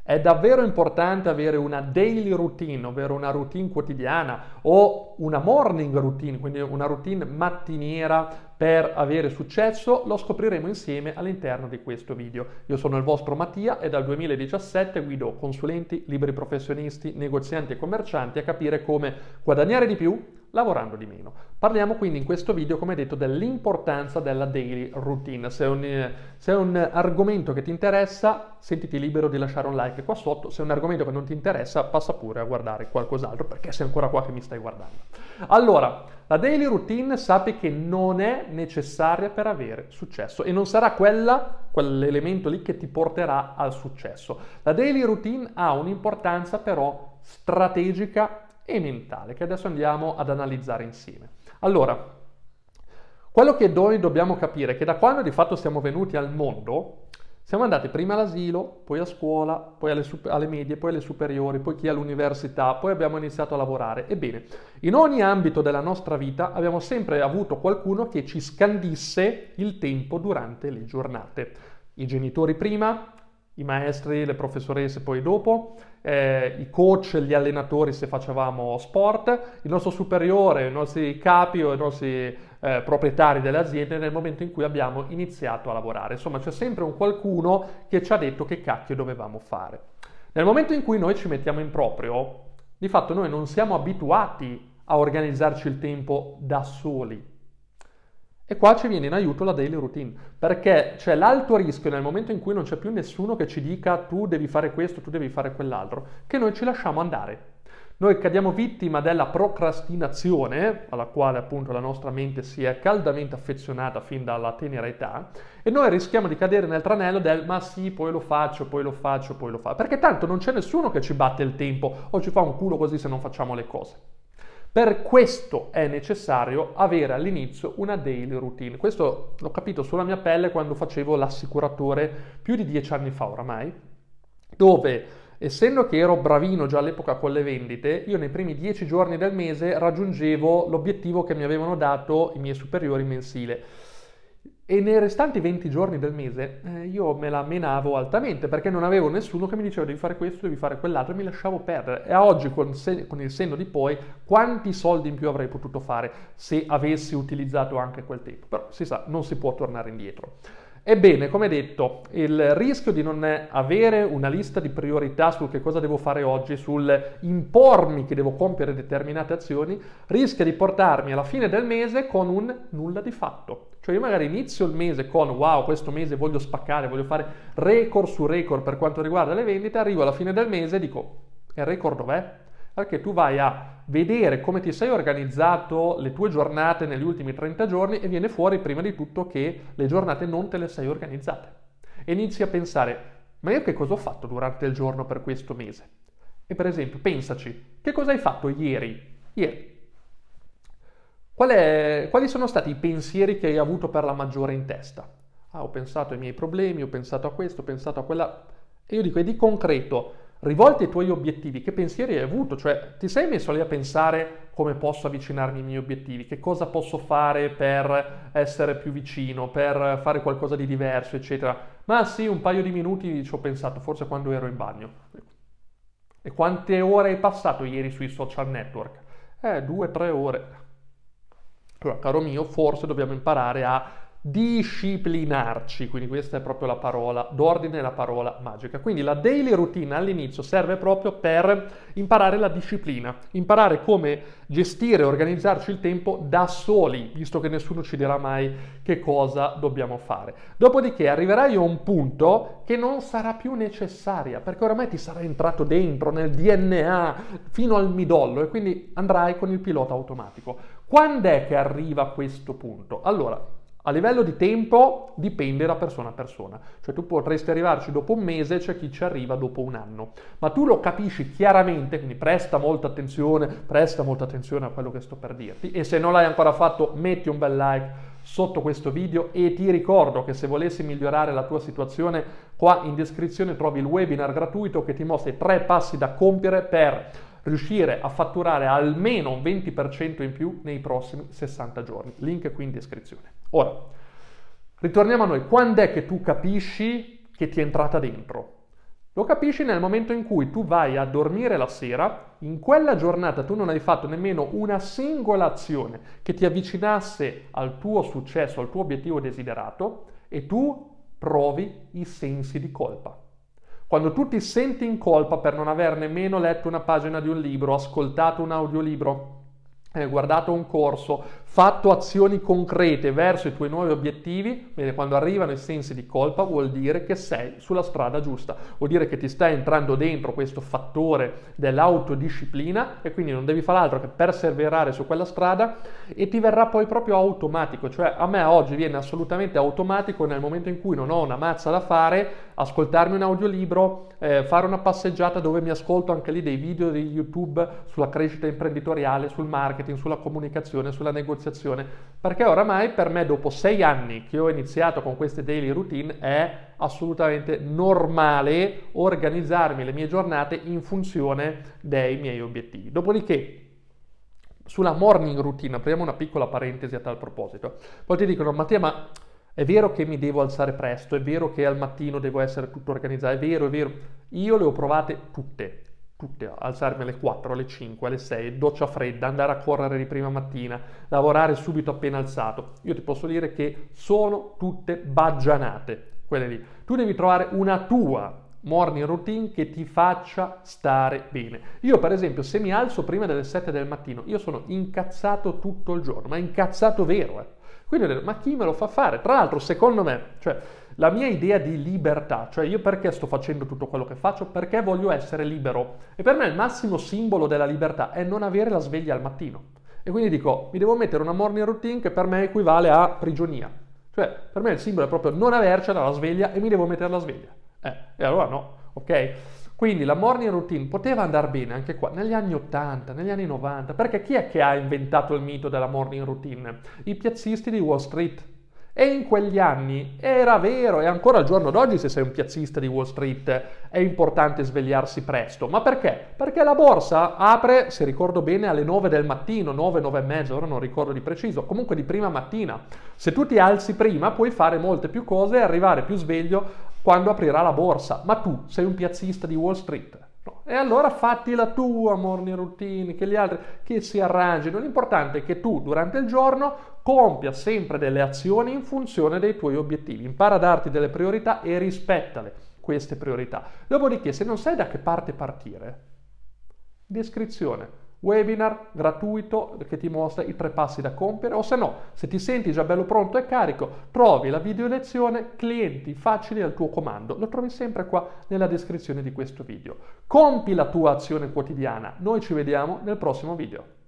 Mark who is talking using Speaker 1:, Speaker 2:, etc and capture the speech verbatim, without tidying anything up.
Speaker 1: È davvero importante avere una daily routine, ovvero una routine quotidiana o una morning routine, quindi una routine mattiniera per avere successo? Lo scopriremo insieme all'interno di questo video. Io sono il vostro Mattia e dal duemiladiciassette guido consulenti, liberi professionisti, negozianti e commercianti a capire come guadagnare di più lavorando di meno. Parliamo quindi in questo video, come detto, dell'importanza della daily routine. Se è, un, se è un argomento che ti interessa, sentiti libero di lasciare un like qua sotto. Se è un argomento che non ti interessa, passa pure a guardare qualcos'altro, perché sei ancora qua che mi stai guardando. Allora, la daily routine sappi che non è necessaria per avere successo e non sarà quella, quell'elemento lì che ti porterà al successo. La daily routine ha un'importanza però strategica e mentale, che adesso andiamo ad analizzare insieme. Allora, quello che noi dobbiamo capire è che da quando di fatto siamo venuti al mondo, siamo andati prima all'asilo, poi a scuola, poi alle, super- alle medie, poi alle superiori, poi chi all'università, poi abbiamo iniziato a lavorare. Ebbene, in ogni ambito della nostra vita abbiamo sempre avuto qualcuno che ci scandisse il tempo durante le giornate. I genitori prima, i maestri, le professoresse poi dopo, eh, i coach, gli allenatori se facevamo sport, il nostro superiore, i nostri capi o i nostri eh, proprietari delle aziende nel momento in cui abbiamo iniziato a lavorare. Insomma, c'è sempre un qualcuno che ci ha detto che cacchio dovevamo fare. Nel momento in cui noi ci mettiamo in proprio, di fatto noi non siamo abituati a organizzarci il tempo da soli. E qua ci viene in aiuto la daily routine, perché c'è l'alto rischio nel momento in cui non c'è più nessuno che ci dica tu devi fare questo, tu devi fare quell'altro, che noi ci lasciamo andare. Noi cadiamo vittima della procrastinazione, alla quale appunto la nostra mente si è caldamente affezionata fin dalla tenera età, e noi rischiamo di cadere nel tranello del ma sì, poi lo faccio, poi lo faccio, poi lo faccio, perché tanto non c'è nessuno che ci batte il tempo o ci fa un culo così se non facciamo le cose. Per questo è necessario avere all'inizio una daily routine. Questo l'ho capito sulla mia pelle quando facevo l'assicuratore più di dieci anni fa oramai, dove, essendo che ero bravino già all'epoca con le vendite, io nei primi dieci giorni del mese raggiungevo l'obiettivo che mi avevano dato i miei superiori mensile. E nei restanti venti giorni del mese eh, io me la menavo altamente perché non avevo nessuno che mi diceva devi fare questo, devi fare quell'altro e mi lasciavo perdere. E a oggi con, se- con il senno di poi quanti soldi in più avrei potuto fare se avessi utilizzato anche quel tempo. Però si sa, non si può tornare indietro. Ebbene, come detto, il rischio di non avere una lista di priorità su che cosa devo fare oggi, sul impormi che devo compiere determinate azioni, rischia di portarmi alla fine del mese con un nulla di fatto. Cioè io magari inizio il mese con wow, questo mese voglio spaccare, voglio fare record su record per quanto riguarda le vendite, arrivo alla fine del mese e dico, e il record dov'è? Perché tu vai a vedere come ti sei organizzato le tue giornate negli ultimi trenta giorni e viene fuori prima di tutto che le giornate non te le sei organizzate. E inizi a pensare, ma io che cosa ho fatto durante il giorno per questo mese? E per esempio, pensaci, che cosa hai fatto ieri? Ieri. Qual è, quali sono stati i pensieri che hai avuto per la maggiore in testa? Ah, ho pensato ai miei problemi, ho pensato a questo, ho pensato a quella... E io dico, e di concreto, rivolti ai tuoi obiettivi, che pensieri hai avuto? Cioè, ti sei messo lì a pensare come posso avvicinarmi ai miei obiettivi? Che cosa posso fare per essere più vicino, per fare qualcosa di diverso, eccetera? Ma sì, un paio di minuti ci ho pensato, forse quando ero in bagno. E quante ore hai passato ieri sui social network? Eh, due, tre ore. Allora, caro mio, forse dobbiamo imparare a disciplinarci, quindi questa è proprio la parola d'ordine, la parola magica. Quindi la daily routine all'inizio serve proprio per imparare la disciplina, imparare come gestire e organizzarci il tempo da soli, visto che nessuno ci dirà mai che cosa dobbiamo fare. Dopodiché arriverai a un punto che non sarà più necessaria, perché oramai ti sarà entrato dentro nel D N A fino al midollo e quindi andrai con il pilota automatico. Quando è che arriva a questo punto? Allora, a livello di tempo dipende da persona a persona, cioè tu potresti arrivarci dopo un mese, c'è chi ci arriva dopo un anno, ma tu lo capisci chiaramente, quindi presta molta attenzione, presta molta attenzione a quello che sto per dirti e se non l'hai ancora fatto metti un bel like sotto questo video e ti ricordo che se volessi migliorare la tua situazione qua in descrizione trovi il webinar gratuito che ti mostra i tre passi da compiere per riuscire a fatturare almeno un venti per cento in più nei prossimi sessanta giorni. Link qui in descrizione. Ora, ritorniamo a noi. Quando è che tu capisci che ti è entrata dentro? Lo capisci nel momento in cui tu vai a dormire la sera, in quella giornata tu non hai fatto nemmeno una singola azione che ti avvicinasse al tuo successo, al tuo obiettivo desiderato, e tu provi i sensi di colpa. Quando tu ti senti in colpa per non aver nemmeno letto una pagina di un libro, ascoltato un audiolibro, eh, guardato un corso, fatto azioni concrete verso i tuoi nuovi obiettivi, bene, quando arrivano i sensi di colpa vuol dire che sei sulla strada giusta, vuol dire che ti stai entrando dentro questo fattore dell'autodisciplina e quindi non devi fare altro che perseverare su quella strada e ti verrà poi proprio automatico, cioè a me oggi viene assolutamente automatico nel momento in cui non ho una mazza da fare, ascoltarmi un audiolibro, eh, fare una passeggiata dove mi ascolto anche lì dei video di YouTube sulla crescita imprenditoriale, sul marketing, sulla comunicazione, sulla negoziazione, perché oramai per me dopo sei anni che ho iniziato con queste daily routine è assolutamente normale organizzarmi le mie giornate in funzione dei miei obiettivi. Dopodiché sulla morning routine, apriamo una piccola parentesi a tal proposito, poi ti dicono Mattia ma è vero che mi devo alzare presto, è vero che al mattino devo essere tutto organizzato, è vero, è vero, io le ho provate tutte. Tutte, alzarmi alle quattro, alle cinque, alle sei, doccia fredda, andare a correre di prima mattina, lavorare subito appena alzato. Io ti posso dire che sono tutte baggianate, quelle lì. Tu devi trovare una tua morning routine che ti faccia stare bene. Io per esempio se mi alzo prima delle sette del mattino, io sono incazzato tutto il giorno, ma incazzato vero, eh. Quindi ho detto, ma chi me lo fa fare? Tra l'altro, secondo me, cioè, la mia idea di libertà, cioè io perché sto facendo tutto quello che faccio? Perché voglio essere libero. E per me il massimo simbolo della libertà è non avere la sveglia al mattino. E quindi dico, mi devo mettere una morning routine che per me equivale a prigionia. Cioè, per me il simbolo è proprio non avercela la sveglia e mi devo mettere la sveglia. Eh, e allora no, ok? Quindi la morning routine poteva andare bene anche qua, negli anni ottanta, negli anni novanta, perché chi è che ha inventato il mito della morning routine? I piazzisti di Wall Street. E in quegli anni era vero, e ancora al giorno d'oggi se sei un piazzista di Wall Street è importante svegliarsi presto. Ma perché? Perché la borsa apre, se ricordo bene, alle nove del mattino, nove, nove e mezza, ora non ricordo di preciso, comunque di prima mattina. Se tu ti alzi prima puoi fare molte più cose e arrivare più sveglio quando aprirà la borsa, ma tu sei un piazzista di Wall Street. No. E allora fatti la tua morning routine, che gli altri che si arrangino. L'importante è che tu durante il giorno compia sempre delle azioni in funzione dei tuoi obiettivi. Impara a darti delle priorità e rispettale queste priorità. Dopodiché, se non sai da che parte partire, descrizione. Webinar gratuito che ti mostra i tre passi da compiere, o se no, se ti senti già bello pronto e carico, trovi la video lezione clienti facili al tuo comando. Lo trovi sempre qua nella descrizione di questo video. Compi la tua azione quotidiana. Noi ci vediamo nel prossimo video.